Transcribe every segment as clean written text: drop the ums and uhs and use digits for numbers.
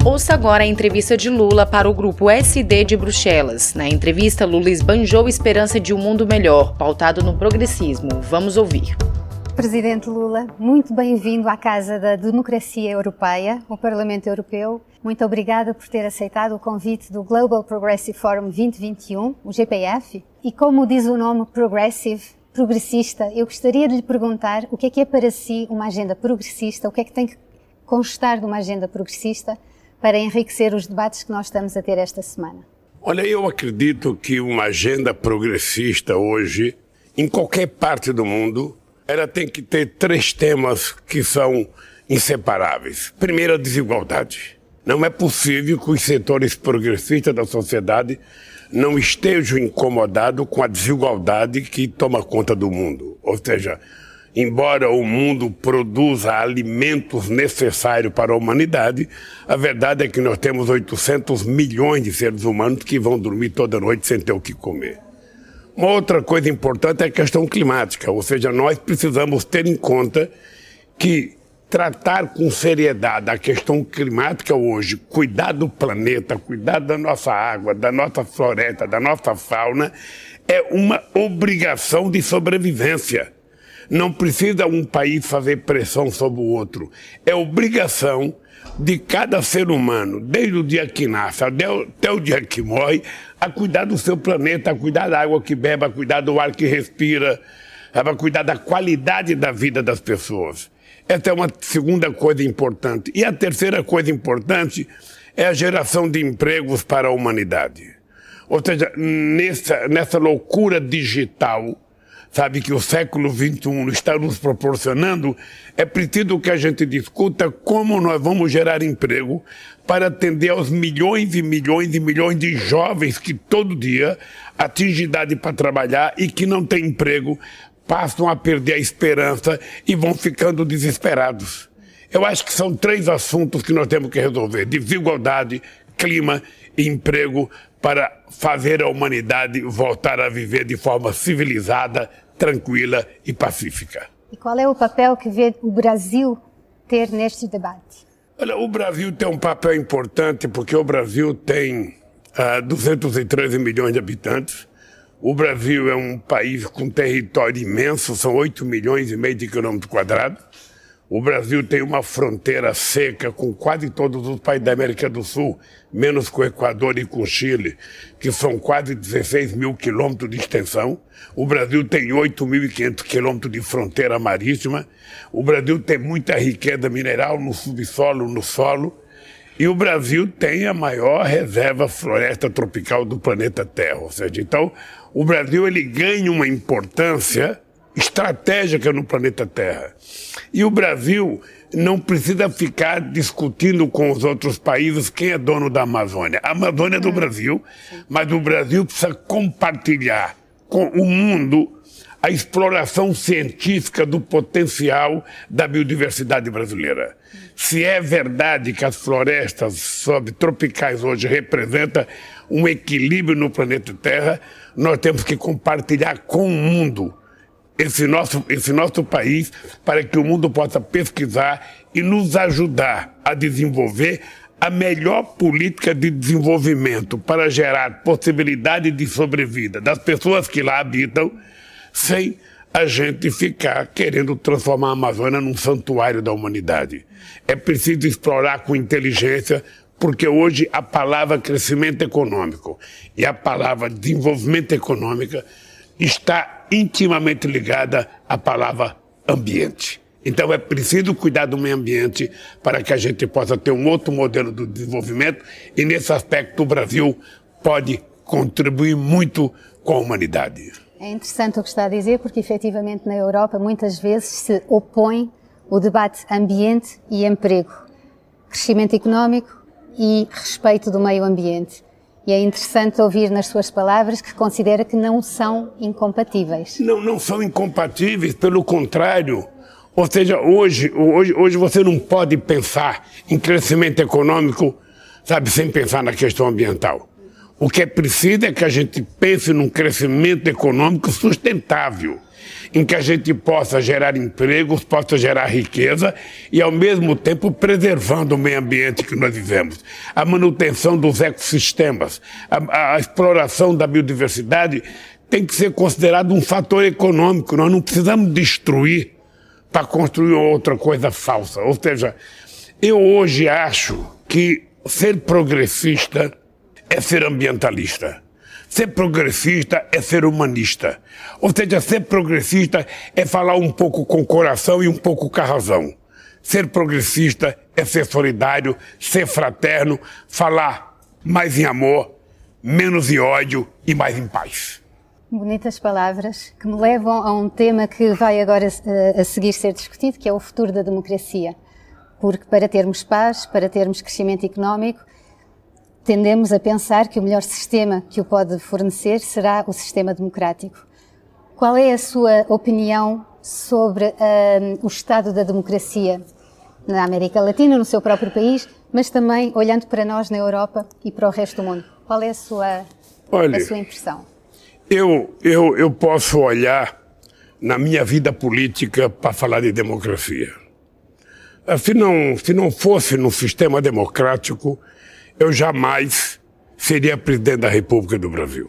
Ouça agora a entrevista de Lula para o grupo SD de Bruxelas. Na entrevista, Lula esbanjou a esperança de um mundo melhor, pautado no progressismo. Vamos ouvir. Presidente Lula, muito bem-vindo à Casa da Democracia Europeia, o Parlamento Europeu. Muito obrigada por ter aceitado o convite do Global Progressive Forum 2021, o GPF. E como diz o nome progressista, eu gostaria de lhe perguntar o que é para si uma agenda progressista, o que é que tem que constar de uma agenda progressista para enriquecer os debates que nós estamos a ter esta semana. Olha, eu acredito que uma agenda progressista hoje, em qualquer parte do mundo, ela tem que ter três temas que são inseparáveis. Primeiro, a desigualdade. Não é possível que os setores progressistas da sociedade não estejam incomodados com a desigualdade que toma conta do mundo. Ou seja, embora o mundo produza alimentos necessários para a humanidade, a verdade é que nós temos 800 milhões de seres humanos que vão dormir toda noite sem ter o que comer. Uma outra coisa importante é a questão climática, ou seja, nós precisamos ter em conta que tratar com seriedade a questão climática hoje, cuidar do planeta, cuidar da nossa água, da nossa floresta, da nossa fauna, é uma obrigação de sobrevivência. Não precisa um país fazer pressão sobre o outro. É obrigação de cada ser humano, desde o dia que nasce até o dia que morre, a cuidar do seu planeta, a cuidar da água que bebe, a cuidar do ar que respira, a cuidar da qualidade da vida das pessoas. Essa é uma segunda coisa importante. E a terceira coisa importante é a geração de empregos para a humanidade. Ou seja, nessa loucura digital, sabe, que o século XXI está nos proporcionando, é preciso que a gente discuta como nós vamos gerar emprego para atender aos milhões e milhões e milhões de jovens que todo dia atingem idade para trabalhar e que não têm emprego, passam a perder a esperança e vão ficando desesperados. Eu acho que são três assuntos que nós temos que resolver: desigualdade, clima e emprego, para fazer a humanidade voltar a viver de forma civilizada, tranquila e pacífica. E qual é o papel que vê o Brasil ter neste debate? Olha, o Brasil tem um papel importante porque o Brasil tem 213 milhões de habitantes. O Brasil é um país com território imenso, são 8 milhões e meio de quilômetros quadrados. O Brasil tem uma fronteira seca com quase todos os países da América do Sul, menos com o Equador e com o Chile, que são quase 16 mil quilômetros de extensão. O Brasil tem 8.500 quilômetros de fronteira marítima. O Brasil tem muita riqueza mineral no subsolo, no solo. E o Brasil tem a maior reserva floresta tropical do planeta Terra. Ou seja, então, o Brasil ele ganha uma importância estratégica no planeta Terra. E o Brasil não precisa ficar discutindo com os outros países quem é dono da Amazônia. A Amazônia é do Brasil, mas o Brasil precisa compartilhar com o mundo a exploração científica do potencial da biodiversidade brasileira. Se é verdade que as florestas subtropicais hoje representam um equilíbrio no planeta Terra, nós temos que compartilhar com o mundo esse nosso país, para que o mundo possa pesquisar e nos ajudar a desenvolver a melhor política de desenvolvimento para gerar possibilidade de sobrevida das pessoas que lá habitam, sem a gente ficar querendo transformar a Amazônia num santuário da humanidade. É preciso explorar com inteligência, porque hoje a palavra crescimento econômico e a palavra desenvolvimento econômico está intimamente ligada à palavra ambiente. Então é preciso cuidar do meio ambiente para que a gente possa ter um outro modelo de desenvolvimento, e nesse aspecto o Brasil pode contribuir muito com a humanidade. É interessante o que está a dizer, porque efetivamente na Europa muitas vezes se opõe o debate ambiente e emprego, crescimento económico e respeito do meio ambiente. E é interessante ouvir nas suas palavras que considera que não são incompatíveis. Não são incompatíveis, pelo contrário. Ou seja, hoje você não pode pensar em crescimento econômico, sabe, sem pensar na questão ambiental. O que é preciso é que a gente pense num crescimento econômico sustentável, em que a gente possa gerar empregos, possa gerar riqueza e, ao mesmo tempo, preservando o meio ambiente que nós vivemos. A manutenção dos ecossistemas, a exploração da biodiversidade tem que ser considerado um fator econômico. Nós não precisamos destruir para construir outra coisa falsa. Ou seja, eu hoje acho que ser progressista é ser ambientalista. Ser progressista é ser humanista. Ou seja, ser progressista é falar um pouco com o coração e um pouco com a razão. Ser progressista é ser solidário, ser fraterno, falar mais em amor, menos em ódio e mais em paz. Bonitas palavras que me levam a um tema que vai agora a seguir ser discutido, que é o futuro da democracia. Porque para termos paz, para termos crescimento económico, tendemos a pensar que o melhor sistema que o pode fornecer será o sistema democrático. Qual é a sua opinião sobre o estado da democracia na América Latina, no seu próprio país, mas também olhando para nós na Europa e para o resto do mundo? Qual é a sua impressão? Eu posso olhar na minha vida política para falar de democracia. Se não fosse no sistema democrático, eu jamais seria presidente da República do Brasil.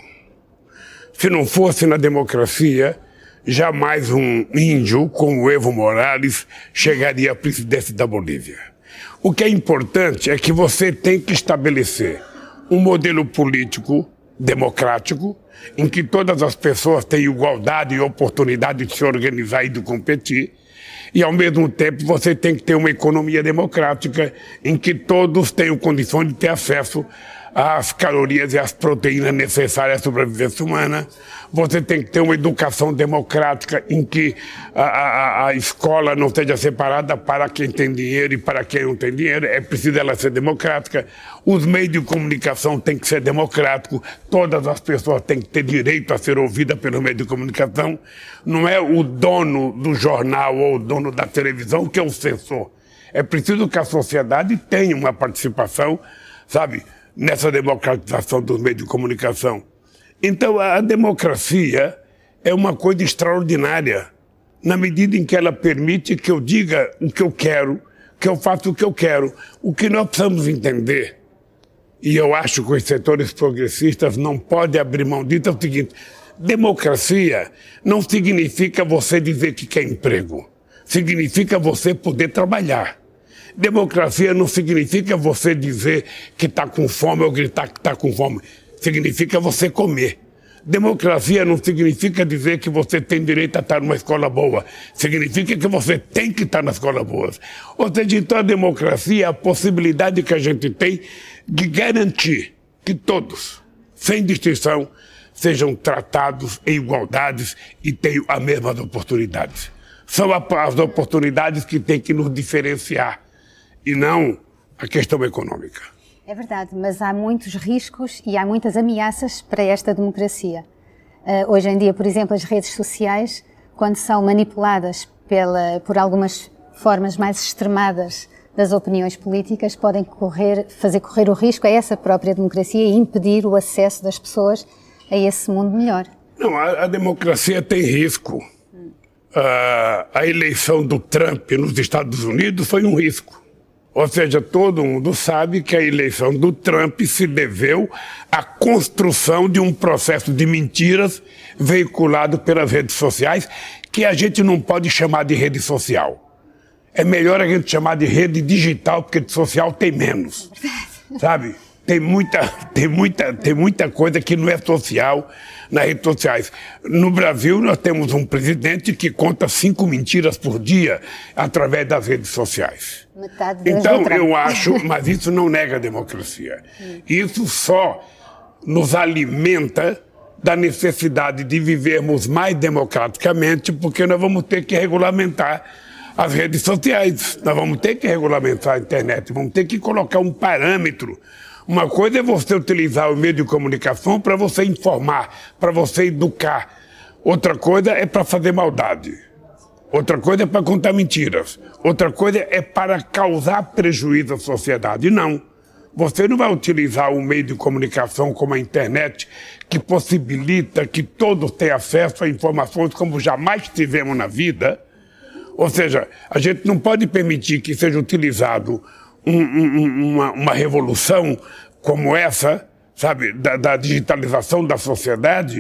Se não fosse na democracia, jamais um índio como Evo Morales chegaria à presidência da Bolívia. O que é importante é que você tem que estabelecer um modelo político democrático, em que todas as pessoas têm igualdade e oportunidade de se organizar e de competir, e ao mesmo tempo você tem que ter uma economia democrática em que todos tenham condições de ter acesso às calorias e às proteínas necessárias à sobrevivência humana. Você tem que ter uma educação democrática em que a escola não seja separada para quem tem dinheiro e para quem não tem dinheiro. É preciso ela ser democrática. Os meios de comunicação têm que ser democráticos. Todas as pessoas têm que ter direito a ser ouvidas pelo meio de comunicação. Não é o dono do jornal ou o dono da televisão que é o censor. É preciso que a sociedade tenha uma participação, sabe, nessa democratização dos meios de comunicação. Então, a democracia é uma coisa extraordinária, na medida em que ela permite que eu diga o que eu quero, que eu faça o que eu quero. O que nós precisamos entender, e eu acho que os setores progressistas não podem abrir mão disso, é o seguinte: democracia não significa você dizer que quer emprego, significa você poder trabalhar. Democracia não significa você dizer que está com fome ou gritar que está com fome. Significa você comer. Democracia não significa dizer que você tem direito a estar numa escola boa. Significa que você tem que estar na escola boa. Ou seja, então a democracia é a possibilidade que a gente tem de garantir que todos, sem distinção, sejam tratados em igualdades e tenham as mesmas oportunidades. São as oportunidades que têm que nos diferenciar e não a questão econômica. É verdade, mas há muitos riscos e há muitas ameaças para esta democracia. Hoje em dia, por exemplo, as redes sociais, quando são manipuladas por algumas formas mais extremadas das opiniões políticas, podem fazer correr o risco a essa própria democracia e impedir o acesso das pessoas a esse mundo melhor. Não, a democracia tem risco. A eleição do Trump nos Estados Unidos foi um risco. Ou seja, todo mundo sabe que a eleição do Trump se deveu à construção de um processo de mentiras veiculado pelas redes sociais, que a gente não pode chamar de rede social. É melhor a gente chamar de rede digital, porque de social tem menos, sabe? Tem muita coisa que não é social nas redes sociais. No Brasil, nós temos um presidente que conta 5 mentiras por dia através das redes sociais. Então, eu acho, mas isso não nega a democracia. Isso só nos alimenta da necessidade de vivermos mais democraticamente, porque nós vamos ter que regulamentar as redes sociais, nós vamos ter que regulamentar a internet, vamos ter que colocar um parâmetro. Uma coisa é você utilizar o meio de comunicação para você informar, para você educar. Outra coisa é para fazer maldade. Outra coisa é para contar mentiras. Outra coisa é para causar prejuízo à sociedade. Não. Você não vai utilizar um meio de comunicação como a internet, que possibilita que todos tenham acesso a informações como jamais tivemos na vida. Ou seja, a gente não pode permitir que seja utilizado uma revolução como essa, sabe, da digitalização da sociedade,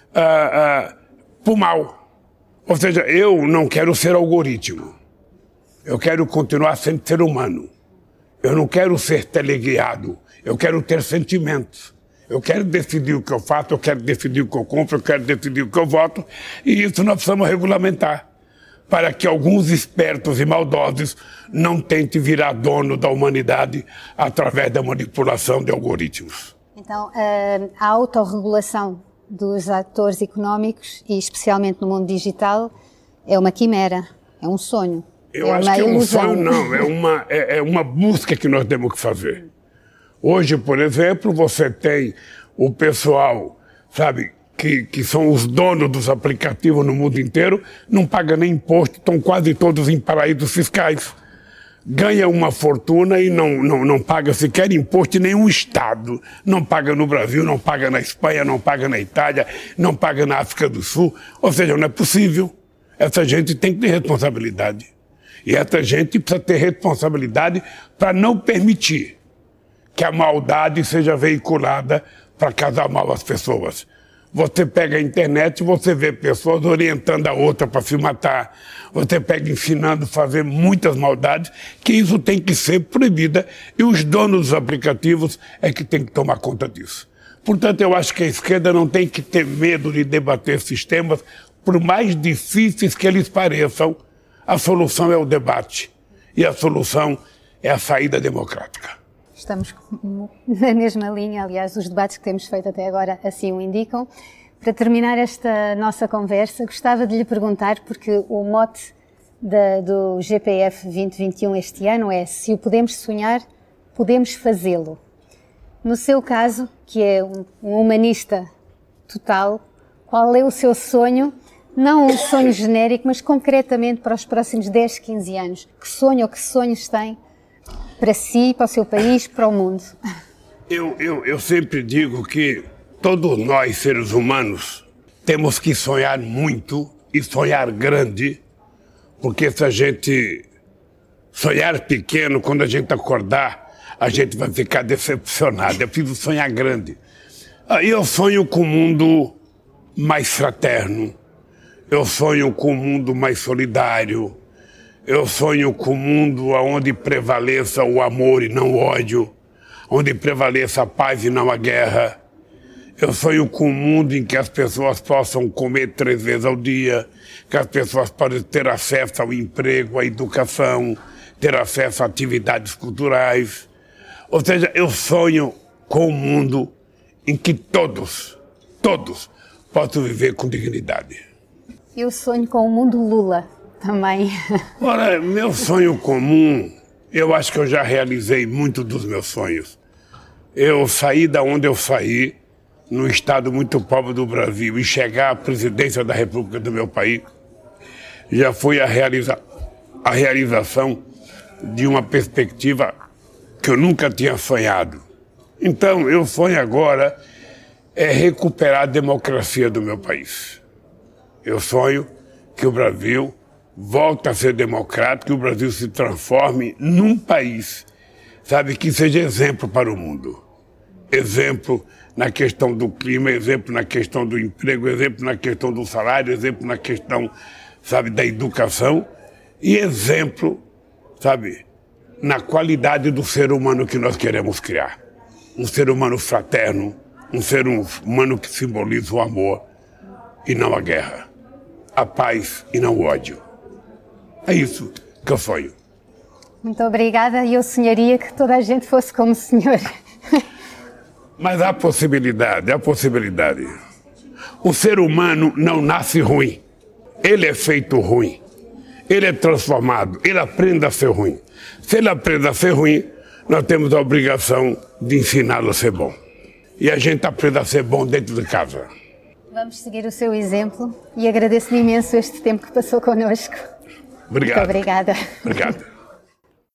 por mal. Ou seja, eu não quero ser algoritmo. Eu quero continuar sendo ser humano. Eu não quero ser teleguiado, eu quero ter sentimentos. Eu quero decidir o que eu faço, eu quero decidir o que eu compro, eu quero decidir o que eu voto, e isso nós precisamos regulamentar, para que alguns espertos e maldosos não tentem virar dono da humanidade através da manipulação de algoritmos. Então, a autorregulação dos atores económicos, e especialmente no mundo digital, é uma quimera, é um sonho. Eu acho que é um sonho, não. É uma busca que nós temos que fazer. Hoje, por exemplo, você tem o pessoal, sabe, que são os donos dos aplicativos no mundo inteiro, não pagam nem imposto, estão quase todos em paraísos fiscais. Ganha uma fortuna e não paga sequer imposto em nenhum estado. Não paga no Brasil, não paga na Espanha, não paga na Itália, não paga na África do Sul. Ou seja, não é possível. Essa gente tem que ter responsabilidade. E essa gente precisa ter responsabilidade para não permitir que a maldade seja veiculada para casar mal as pessoas. Você pega a internet e você vê pessoas orientando a outra para se matar. Você pega ensinando a fazer muitas maldades, que isso tem que ser proibida e os donos dos aplicativos é que tem que tomar conta disso. Portanto, eu acho que a esquerda não tem que ter medo de debater esses temas, por mais difíceis que eles pareçam. A solução é o debate e a solução é a saída democrática. Estamos na mesma linha, aliás, os debates que temos feito até agora assim o indicam. Para terminar esta nossa conversa, gostava de lhe perguntar, porque o mote do GPF 2021 este ano é: se o podemos sonhar, podemos fazê-lo. No seu caso, que é um humanista total, qual é o seu sonho? Não um sonho genérico, mas concretamente para os próximos 10, 15 anos. Que sonho ou que sonhos tem para si, para o seu país, para o mundo? Eu sempre digo que todos nós, seres humanos, temos que sonhar muito e sonhar grande, porque se a gente sonhar pequeno, quando a gente acordar, a gente vai ficar decepcionado. É preciso sonhar grande. Eu sonho com um mundo mais fraterno. Eu sonho com um mundo mais solidário. Eu sonho com um mundo onde prevaleça o amor e não o ódio, onde prevaleça a paz e não a guerra. Eu sonho com um mundo em que as pessoas possam comer 3 vezes ao dia, que as pessoas possam ter acesso ao emprego, à educação, ter acesso a atividades culturais. Ou seja, eu sonho com um mundo em que todos possam viver com dignidade. Eu sonho com o mundo Lula também. Ora, meu sonho comum, eu acho que eu já realizei muito dos meus sonhos. Eu saí da onde eu saí, num estado muito pobre do Brasil, e chegar à presidência da República do meu país, já foi a realização de uma perspectiva que eu nunca tinha sonhado. Então, eu sonho agora recuperar a democracia do meu país. Eu sonho que o Brasil volte a ser democrático, que o Brasil se transforme num país, sabe, que seja exemplo para o mundo. Exemplo na questão do clima, exemplo na questão do emprego, exemplo na questão do salário, exemplo na questão, sabe, da educação e exemplo, sabe, na qualidade do ser humano que nós queremos criar. Um ser humano fraterno, um ser humano que simboliza o amor e não a guerra. A paz e não o ódio. É isso que eu sonho. Muito obrigada, e eu sonharia que toda a gente fosse como o senhor. Mas há possibilidade. O ser humano não nasce ruim. Ele é feito ruim. Ele é transformado. Ele aprende a ser ruim. Se ele aprende a ser ruim, nós temos a obrigação de ensiná-lo a ser bom. E a gente aprende a ser bom dentro de casa. Vamos seguir o seu exemplo e agradeço-lhe imenso este tempo que passou connosco. Obrigado. Muito obrigada. Obrigado.